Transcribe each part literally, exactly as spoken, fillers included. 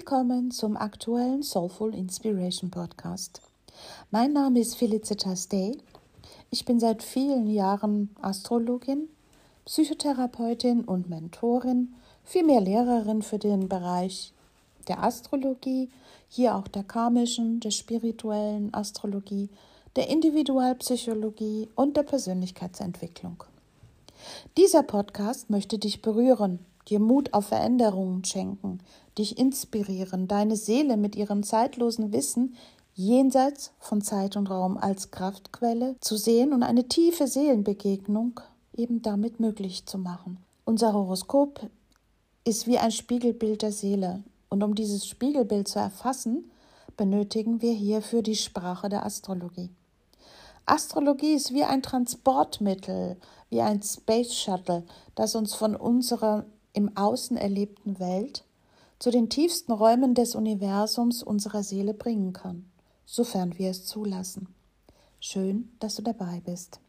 Willkommen zum aktuellen Soulful Inspiration Podcast. Mein Name ist Felicitas Day. Ich bin seit vielen Jahren Astrologin, Psychotherapeutin und Mentorin, vielmehr Lehrerin für den Bereich der Astrologie, hier auch der karmischen, der spirituellen Astrologie, der Individualpsychologie und der Persönlichkeitsentwicklung. Dieser Podcast möchte dich berühren, dir Mut auf Veränderungen schenken, dich inspirieren, deine Seele mit ihrem zeitlosen Wissen jenseits von Zeit und Raum als Kraftquelle zu sehen und eine tiefe Seelenbegegnung eben damit möglich zu machen. Unser Horoskop ist wie ein Spiegelbild der Seele und um dieses Spiegelbild zu erfassen, benötigen wir hierfür die Sprache der Astrologie. Astrologie ist wie ein Transportmittel, wie ein Space Shuttle, das uns von unserer im Außen erlebten Welt zu den tiefsten Räumen des Universums unserer Seele bringen kann, sofern wir es zulassen. Schön, dass du dabei bist.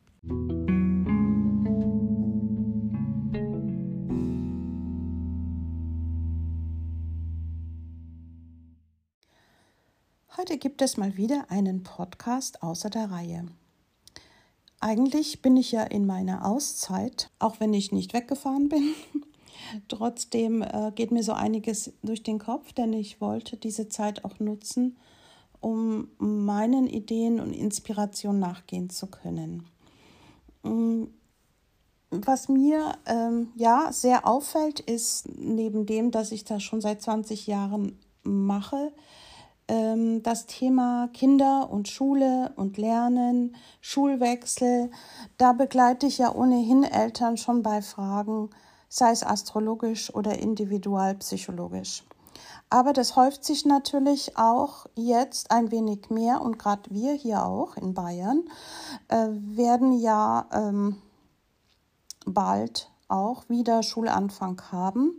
Heute gibt es mal wieder einen Podcast außer der Reihe. Eigentlich bin ich ja in meiner Auszeit, auch wenn ich nicht weggefahren bin. Trotzdem äh, geht mir so einiges durch den Kopf, denn ich wollte diese Zeit auch nutzen, um meinen Ideen und Inspirationen nachgehen zu können. Was mir ähm, ja sehr auffällt, ist neben dem, dass ich das schon seit zwanzig Jahren mache, ähm, das Thema Kinder und Schule und Lernen, Schulwechsel. Da begleite ich ja ohnehin Eltern schon bei Fragen, sei es astrologisch oder individualpsychologisch. Aber das häuft sich natürlich auch jetzt ein wenig mehr und gerade wir hier auch in Bayern äh, werden ja ähm, bald auch wieder Schulanfang haben.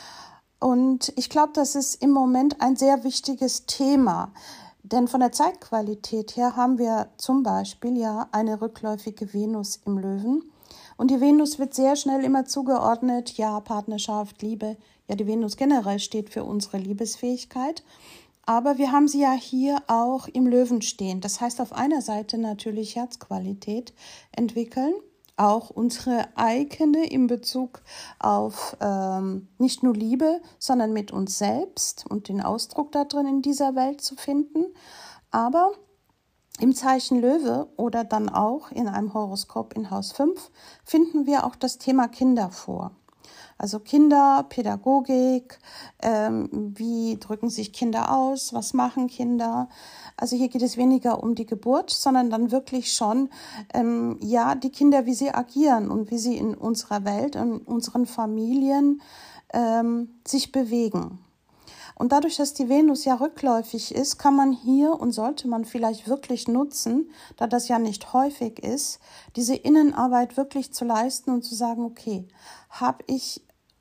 Und ich glaube, das ist im Moment ein sehr wichtiges Thema, denn von der Zeitqualität her haben wir zum Beispiel ja eine rückläufige Venus im Löwen. Und die Venus wird sehr schnell immer zugeordnet, ja, Partnerschaft, Liebe. Ja, die Venus generell steht für unsere Liebesfähigkeit. Aber wir haben sie ja hier auch im Löwen stehen. Das heißt, auf einer Seite natürlich Herzqualität entwickeln, auch unsere eigene in Bezug auf ähm, nicht nur Liebe, sondern mit uns selbst und den Ausdruck da drin in dieser Welt zu finden. Aber im Zeichen Löwe oder dann auch in einem Horoskop in Haus fünf finden wir auch das Thema Kinder vor. Also Kinder, Pädagogik, ähm, wie drücken sich Kinder aus, was machen Kinder. Also hier geht es weniger um die Geburt, sondern dann wirklich schon, ähm, ja, die Kinder, wie sie agieren und wie sie in unserer Welt, in unseren Familien ähm, sich bewegen. Und dadurch, dass die Venus ja rückläufig ist, kann man hier und sollte man vielleicht wirklich nutzen, da das ja nicht häufig ist, diese Innenarbeit wirklich zu leisten und zu sagen, okay, habe ich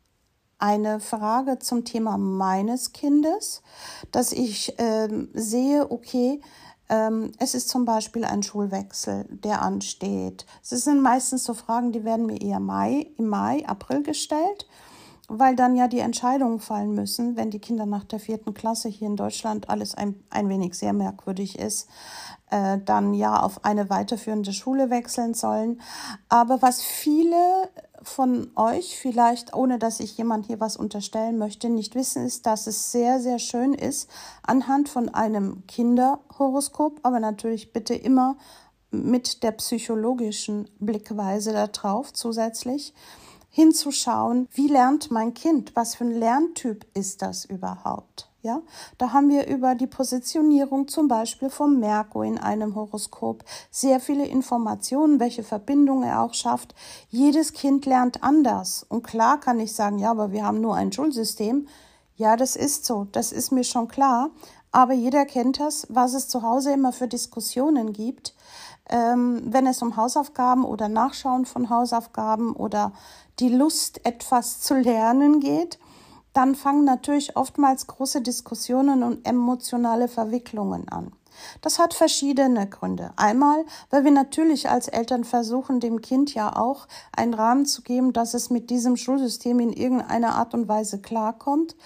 eine Frage zum Thema meines Kindes, dass ich ähm, sehe, okay, ähm, es ist zum Beispiel ein Schulwechsel, der ansteht. Es sind meistens so Fragen, die werden mir eher Mai, im Mai, April gestellt, weil dann ja die Entscheidungen fallen müssen, wenn die Kinder nach der vierten Klasse hier in Deutschland alles ein, ein wenig sehr merkwürdig ist, äh, dann ja auf eine weiterführende Schule wechseln sollen. Aber was viele von euch vielleicht, ohne dass ich jemand hier was unterstellen möchte, nicht wissen, ist, dass es sehr, sehr schön ist, anhand von einem Kinderhoroskop, aber natürlich bitte immer mit der psychologischen Blickweise da drauf zusätzlich, hinzuschauen, wie lernt mein Kind, was für ein Lerntyp ist das überhaupt? Ja, da haben wir über die Positionierung zum Beispiel vom Merkur in einem Horoskop sehr viele Informationen, welche Verbindungen er auch schafft. Jedes Kind lernt anders. Und klar kann ich sagen, ja, aber wir haben nur ein Schulsystem. Ja, das ist so, das ist mir schon klar. Aber jeder kennt das, was es zu Hause immer für Diskussionen gibt, ähm, wenn es um Hausaufgaben oder Nachschauen von Hausaufgaben oder die Lust, etwas zu lernen geht. Dann fangen natürlich oftmals große Diskussionen und emotionale Verwicklungen an. Das hat verschiedene Gründe. Einmal, weil wir natürlich als Eltern versuchen, dem Kind ja auch einen Rahmen zu geben, dass es mit diesem Schulsystem in irgendeiner Art und Weise klarkommt.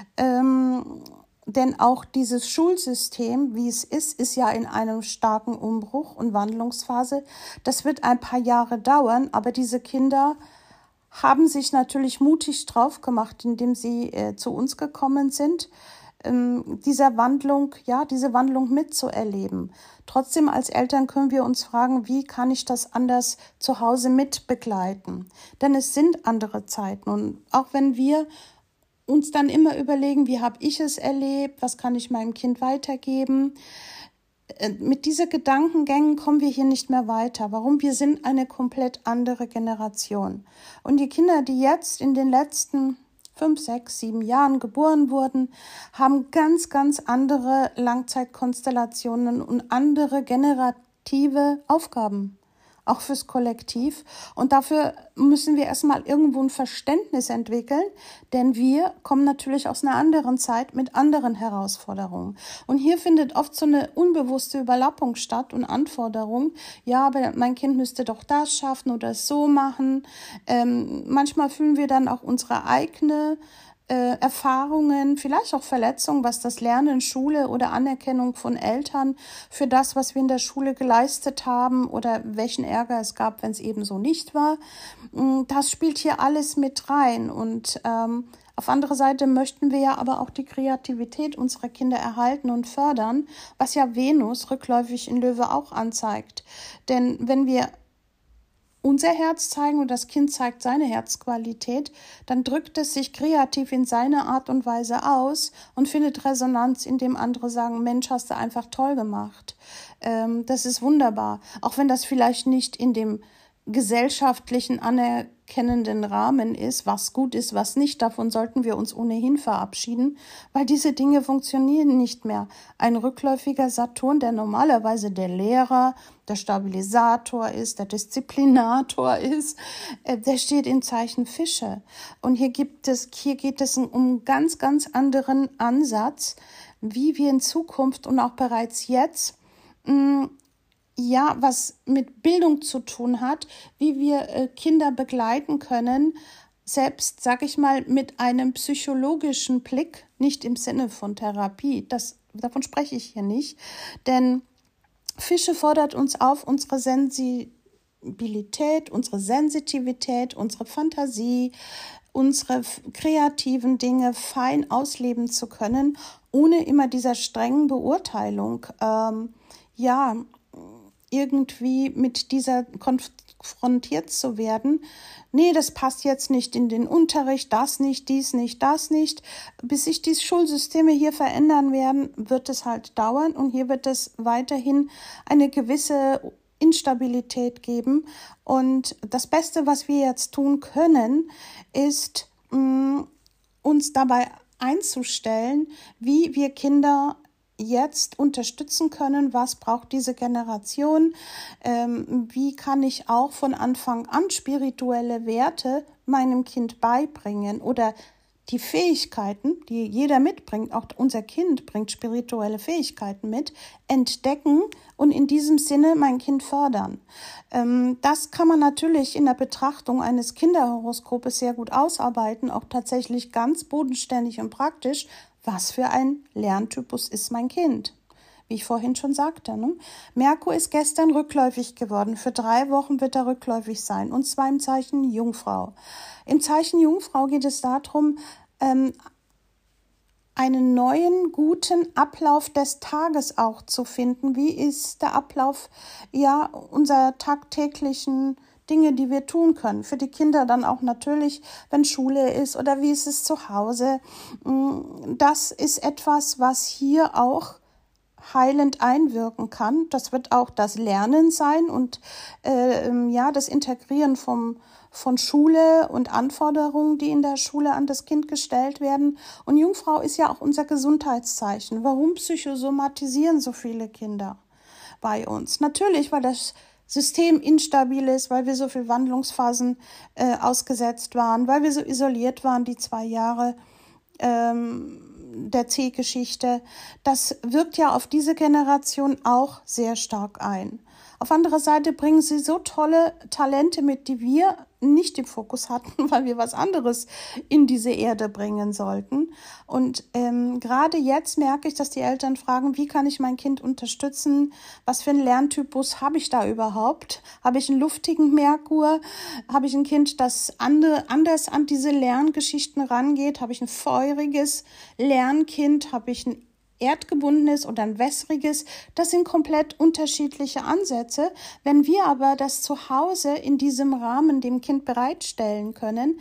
Ähm, denn auch dieses Schulsystem, wie es ist, ist ja in einem starken Umbruch und Wandlungsphase. Das wird ein paar Jahre dauern, aber diese Kinder haben sich natürlich mutig drauf gemacht, indem sie äh, zu uns gekommen sind, ähm, dieser Wandlung, ja, diese Wandlung mitzuerleben. Trotzdem als Eltern können wir uns fragen, wie kann ich das anders zu Hause mitbegleiten? Denn es sind andere Zeiten und auch wenn wir uns dann immer überlegen, wie habe ich es erlebt, was kann ich meinem Kind weitergeben, mit diesen Gedankengängen kommen wir hier nicht mehr weiter. Warum? Wir sind eine komplett andere Generation. Und die Kinder, die jetzt in den letzten fünf, sechs, sieben Jahren geboren wurden, haben ganz, ganz andere Langzeitkonstellationen und andere generative Aufgaben, auch fürs Kollektiv. Und dafür müssen wir erstmal irgendwo ein Verständnis entwickeln, denn wir kommen natürlich aus einer anderen Zeit mit anderen Herausforderungen. Und hier findet oft so eine unbewusste Überlappung statt und Anforderung. Ja, aber mein Kind müsste doch das schaffen oder es so machen. Ähm, manchmal fühlen wir dann auch unsere eigene Äh, Erfahrungen, vielleicht auch Verletzungen, was das Lernen, Schule oder Anerkennung von Eltern für das, was wir in der Schule geleistet haben oder welchen Ärger es gab, wenn es eben so nicht war. Das spielt hier alles mit rein und ähm, auf andere Seite möchten wir ja aber auch die Kreativität unserer Kinder erhalten und fördern, was ja Venus rückläufig in Löwe auch anzeigt. Denn wenn wir unser Herz zeigen und das Kind zeigt seine Herzqualität, dann drückt es sich kreativ in seiner Art und Weise aus und findet Resonanz, indem andere sagen, Mensch, hast du einfach toll gemacht. Ähm, das ist wunderbar, auch wenn das vielleicht nicht in dem gesellschaftlichen anerkennenden Rahmen ist, was gut ist, was nicht. Davon sollten wir uns ohnehin verabschieden, weil diese Dinge funktionieren nicht mehr. Ein rückläufiger Saturn, der normalerweise der Lehrer, der Stabilisator ist, der Disziplinator ist, äh, der steht im Zeichen Fische. Und hier gibt es, hier geht es um einen ganz, ganz anderen Ansatz, wie wir in Zukunft und auch bereits jetzt mh, ja, was mit Bildung zu tun hat, wie wir äh, Kinder begleiten können, selbst, sag ich mal, mit einem psychologischen Blick, nicht im Sinne von Therapie, das, davon spreche ich hier nicht, denn Fische fordert uns auf, unsere Sensibilität, unsere Sensitivität, unsere Fantasie, unsere kreativen Dinge fein ausleben zu können, ohne immer dieser strengen Beurteilung, ähm, ja, irgendwie mit dieser konfrontiert zu werden. Nee, das passt jetzt nicht in den Unterricht, das nicht, dies nicht, das nicht. Bis sich die Schulsysteme hier verändern werden, wird es halt dauern und hier wird es weiterhin eine gewisse Instabilität geben. Und das Beste, was wir jetzt tun können, ist, mh, uns dabei einzustellen, wie wir Kinder jetzt unterstützen können, was braucht diese Generation, ähm, wie kann ich auch von Anfang an spirituelle Werte meinem Kind beibringen oder die Fähigkeiten, die jeder mitbringt, auch unser Kind bringt spirituelle Fähigkeiten mit, entdecken und in diesem Sinne mein Kind fördern. Ähm, das kann man natürlich in der Betrachtung eines Kinderhoroskopes sehr gut ausarbeiten, auch tatsächlich ganz bodenständig und praktisch. Was für ein Lerntypus ist mein Kind? Wie ich vorhin schon sagte, ne? Merkur ist gestern rückläufig geworden. Für drei Wochen wird er rückläufig sein. Und zwar im Zeichen Jungfrau. Im Zeichen Jungfrau geht es darum, ähm, einen neuen, guten Ablauf des Tages auch zu finden. Wie ist der Ablauf, ja, unserer tagtäglichen Dinge, die wir tun können. Für die Kinder dann auch natürlich, wenn Schule ist oder wie ist es zu Hause. Das ist etwas, was hier auch heilend einwirken kann. Das wird auch das Lernen sein und äh, ja, das Integrieren vom, von Schule und Anforderungen, die in der Schule an das Kind gestellt werden. Und Jungfrau ist ja auch unser Gesundheitszeichen. Warum psychosomatisieren so viele Kinder bei uns? Natürlich, weil das System instabil ist, weil wir so viel Wandlungsphasen äh, ausgesetzt waren, weil wir so isoliert waren die zwei Jahre. Ähm, der C-Geschichte, das wirkt ja auf diese Generation auch sehr stark ein. Auf anderer Seite bringen sie so tolle Talente mit, die wir nicht im Fokus hatten, weil wir was anderes in diese Erde bringen sollten. Und ähm, gerade jetzt merke ich, dass die Eltern fragen, wie kann ich mein Kind unterstützen? Was für einen Lerntypus habe ich da überhaupt? Habe ich einen luftigen Merkur? Habe ich ein Kind, das andere, anders an diese Lerngeschichten rangeht? Habe ich ein feuriges Lernkind? Habe ich ein erdgebundenes oder ein wässriges, das sind komplett unterschiedliche Ansätze. Wenn wir aber das zu Hause in diesem Rahmen dem Kind bereitstellen können,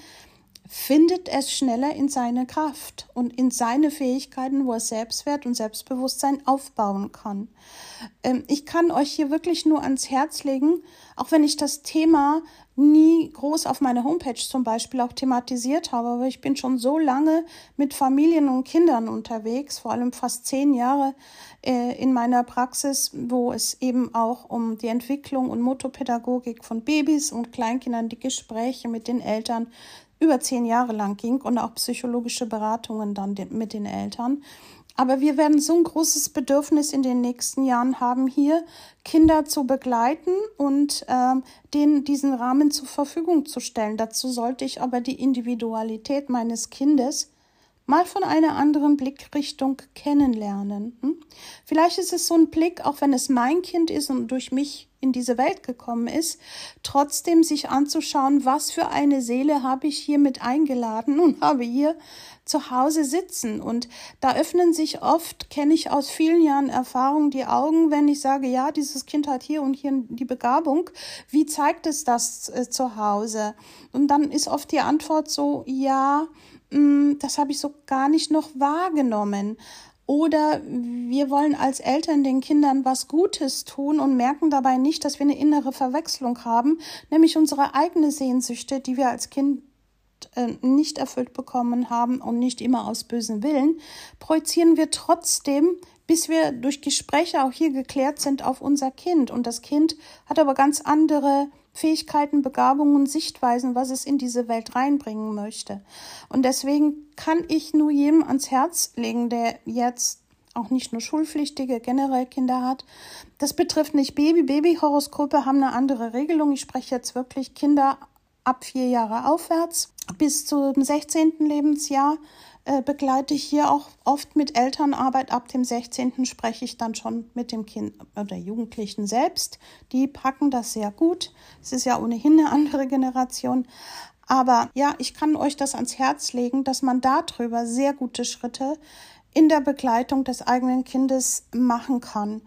findet es schneller in seine Kraft und in seine Fähigkeiten, wo es Selbstwert und Selbstbewusstsein aufbauen kann. Ähm, ich kann euch hier wirklich nur ans Herz legen, auch wenn ich das Thema nie groß auf meiner Homepage zum Beispiel auch thematisiert habe, aber ich bin schon so lange mit Familien und Kindern unterwegs, vor allem fast zehn Jahre äh, in meiner Praxis, wo es eben auch um die Entwicklung und Motopädagogik von Babys und Kleinkindern, die Gespräche mit den Eltern über zehn Jahre lang ging und auch psychologische Beratungen dann mit den Eltern. Aber wir werden so ein großes Bedürfnis in den nächsten Jahren haben, hier Kinder zu begleiten und äh, denen diesen Rahmen zur Verfügung zu stellen. Dazu sollte ich aber die Individualität meines Kindes mal von einer anderen Blickrichtung kennenlernen. Hm? Vielleicht ist es so ein Blick, auch wenn es mein Kind ist und durch mich in diese Welt gekommen ist, trotzdem sich anzuschauen, was für eine Seele habe ich hier mit eingeladen und habe hier zu Hause sitzen. Und da öffnen sich oft, kenne ich aus vielen Jahren Erfahrung, die Augen, wenn ich sage, ja, dieses Kind hat hier und hier die Begabung. Wie zeigt es das äh, zu Hause? Und dann ist oft die Antwort so, ja, mh, das habe ich so gar nicht noch wahrgenommen. Oder wir wollen als Eltern den Kindern was Gutes tun und merken dabei nicht, dass wir eine innere Verwechslung haben, nämlich unsere eigene Sehnsüchte, die wir als Kind äh, nicht erfüllt bekommen haben und nicht immer aus bösem Willen, projizieren wir trotzdem, bis wir durch Gespräche auch hier geklärt sind, auf unser Kind. Und das Kind hat aber ganz andere Fähigkeiten, Begabungen, Sichtweisen, was es in diese Welt reinbringen möchte. Und deswegen kann ich nur jedem ans Herz legen, der jetzt auch nicht nur schulpflichtige, generell Kinder hat. Das betrifft nicht Baby. Babyhoroskope haben eine andere Regelung. Ich spreche jetzt wirklich Kinder ab vier Jahre aufwärts. Bis zum sechzehnten Lebensjahr äh, begleite ich hier auch oft mit Elternarbeit. Ab dem sechzehnten spreche ich dann schon mit dem Kind oder Jugendlichen selbst. Die packen das sehr gut. Es ist ja ohnehin eine andere Generation. Aber ja, ich kann euch das ans Herz legen, dass man darüber sehr gute Schritte in der Begleitung des eigenen Kindes machen kann.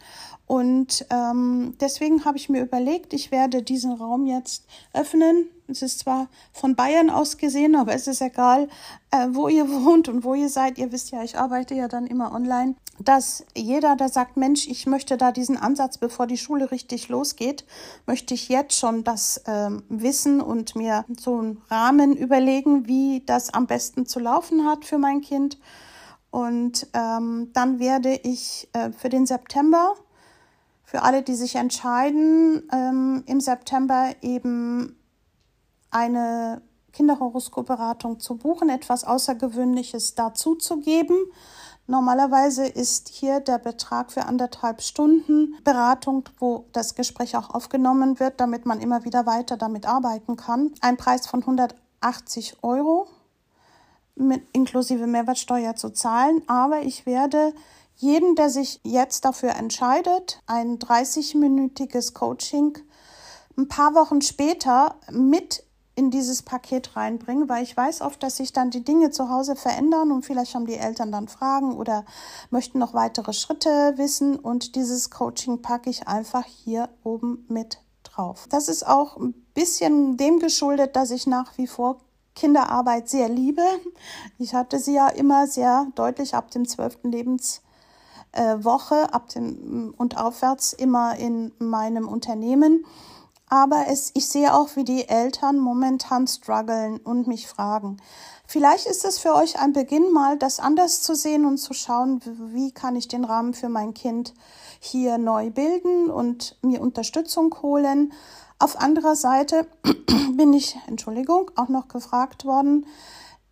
Und ähm, deswegen habe ich mir überlegt, ich werde diesen Raum jetzt öffnen. Es ist zwar von Bayern aus gesehen, aber es ist egal, äh, wo ihr wohnt und wo ihr seid. Ihr wisst ja, ich arbeite ja dann immer online, dass jeder, der sagt, Mensch, ich möchte da diesen Ansatz, bevor die Schule richtig losgeht, möchte ich jetzt schon das ähm, wissen und mir so einen Rahmen überlegen, wie das am besten zu laufen hat für mein Kind. Und ähm, dann werde ich äh, für den September, für alle, die sich entscheiden, ähm, im September eben eine Kinderhoroskopberatung zu buchen, etwas Außergewöhnliches dazu zu geben. Normalerweise ist hier der Betrag für anderthalb Stunden Beratung, wo das Gespräch auch aufgenommen wird, damit man immer wieder weiter damit arbeiten kann. Ein Preis von hundertachtzig Euro. Mit inklusive Mehrwertsteuer zu zahlen, aber ich werde jeden, der sich jetzt dafür entscheidet, ein dreißig-minütiges Coaching ein paar Wochen später mit in dieses Paket reinbringen, weil ich weiß oft, dass sich dann die Dinge zu Hause verändern und vielleicht haben die Eltern dann Fragen oder möchten noch weitere Schritte wissen und dieses Coaching packe ich einfach hier oben mit drauf. Das ist auch ein bisschen dem geschuldet, dass ich nach wie vor Kinderarbeit sehr liebe. Ich hatte sie ja immer sehr deutlich ab dem zwölften Lebenswoche ab dem und aufwärts immer in meinem Unternehmen. Aber es, ich sehe auch, wie die Eltern momentan strugglen und mich fragen. Vielleicht ist es für euch ein Beginn mal, das anders zu sehen und zu schauen, wie kann ich den Rahmen für mein Kind hier neu bilden und mir Unterstützung holen. Auf anderer Seite bin ich, Entschuldigung, auch noch gefragt worden,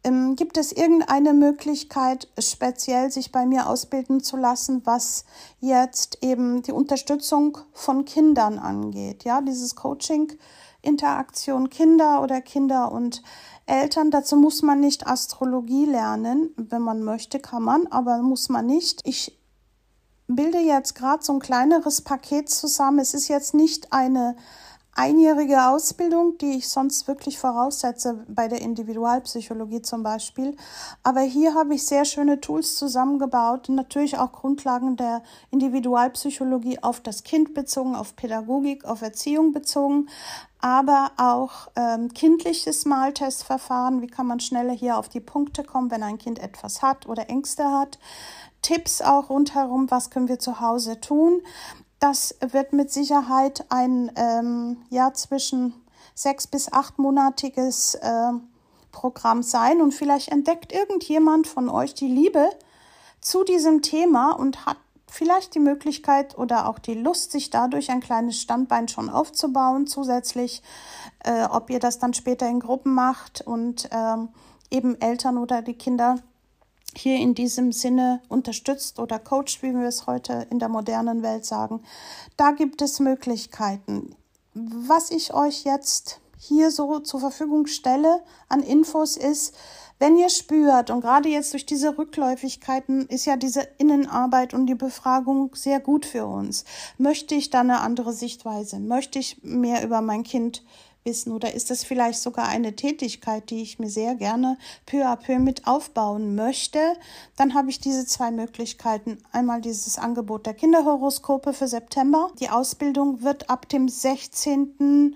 Ähm, gibt es irgendeine Möglichkeit, speziell sich bei mir ausbilden zu lassen, was jetzt eben die Unterstützung von Kindern angeht? Ja, dieses Coaching, Interaktion Kinder oder Kinder und Eltern. Dazu muss man nicht Astrologie lernen. Wenn man möchte, kann man, aber muss man nicht. Ich bilde jetzt gerade so ein kleineres Paket zusammen. Es ist jetzt nicht eine einjährige Ausbildung, die ich sonst wirklich voraussetze, bei der Individualpsychologie zum Beispiel. Aber hier habe ich sehr schöne Tools zusammengebaut und natürlich auch Grundlagen der Individualpsychologie auf das Kind bezogen, auf Pädagogik, auf Erziehung bezogen, aber auch ähm, kindliches Maltestverfahren. Wie kann man schneller hier auf die Punkte kommen, wenn ein Kind etwas hat oder Ängste hat? Tipps auch rundherum, was können wir zu Hause tun? Das wird mit Sicherheit ein ähm, ja, zwischen sechs- bis achtmonatiges äh, Programm sein. Und vielleicht entdeckt irgendjemand von euch die Liebe zu diesem Thema und hat vielleicht die Möglichkeit oder auch die Lust, sich dadurch ein kleines Standbein schon aufzubauen. Zusätzlich, äh, ob ihr das dann später in Gruppen macht und ähm, eben Eltern oder die Kinder hier in diesem Sinne unterstützt oder coacht, wie wir es heute in der modernen Welt sagen. Da gibt es Möglichkeiten. Was ich euch jetzt hier so zur Verfügung stelle an Infos ist, wenn ihr spürt, und gerade jetzt durch diese Rückläufigkeiten ist ja diese Innenarbeit und die Befragung sehr gut für uns. Möchte ich da eine andere Sichtweise? Möchte ich mehr über mein Kind wissen oder ist das vielleicht sogar eine Tätigkeit, die ich mir sehr gerne peu à peu mit aufbauen möchte, dann habe ich diese zwei Möglichkeiten. Einmal dieses Angebot der Kinderhoroskope für September. Die Ausbildung wird ab dem sechzehnten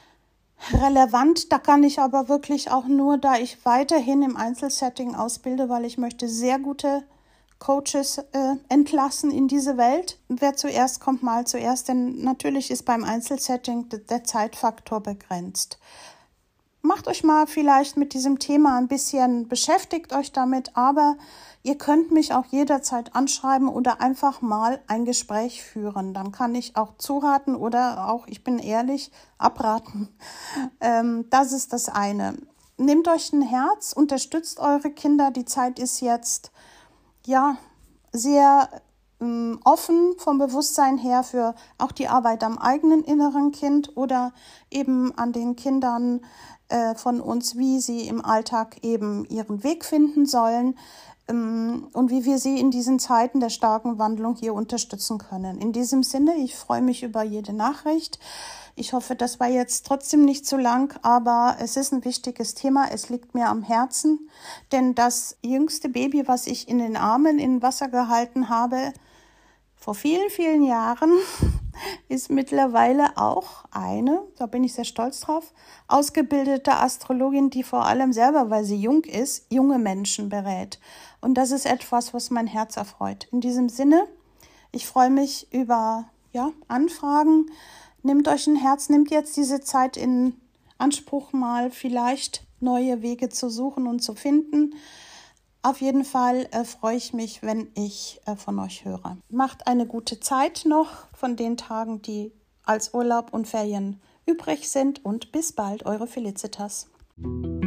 relevant. Da kann ich aber wirklich auch nur, da ich weiterhin im Einzelsetting ausbilde, weil ich möchte sehr gute Coaches äh, entlassen in diese Welt. Wer zuerst kommt, mal zuerst, denn natürlich ist beim Einzelsetting der Zeitfaktor begrenzt. Macht euch mal vielleicht mit diesem Thema ein bisschen, beschäftigt euch damit, aber ihr könnt mich auch jederzeit anschreiben oder einfach mal ein Gespräch führen. Dann kann ich auch zuraten oder auch, ich bin ehrlich, abraten. Ähm, das ist das eine. Nehmt euch ein Herz, unterstützt eure Kinder. Die Zeit ist jetzt ja, sehr ähm, offen vom Bewusstsein her für auch die Arbeit am eigenen inneren Kind oder eben an den Kindern äh, von uns, wie sie im Alltag eben ihren Weg finden sollen ähm, und wie wir sie in diesen Zeiten der starken Wandlung hier unterstützen können. In diesem Sinne, ich freue mich über jede Nachricht. Ich hoffe, das war jetzt trotzdem nicht zu lang, aber es ist ein wichtiges Thema. Es liegt mir am Herzen, denn das jüngste Baby, was ich in den Armen in Wasser gehalten habe, vor vielen, vielen Jahren, ist mittlerweile auch eine, da bin ich sehr stolz drauf, ausgebildete Astrologin, die vor allem selber, weil sie jung ist, junge Menschen berät. Und das ist etwas, was mein Herz erfreut. In diesem Sinne, ich freue mich über ja, Anfragen. Nehmt euch ein Herz, nehmt jetzt diese Zeit in Anspruch, mal vielleicht neue Wege zu suchen und zu finden. Auf jeden Fall äh, freue ich mich, wenn ich äh, von euch höre. Macht eine gute Zeit noch von den Tagen, die als Urlaub und Ferien übrig sind und bis bald, eure Felicitas.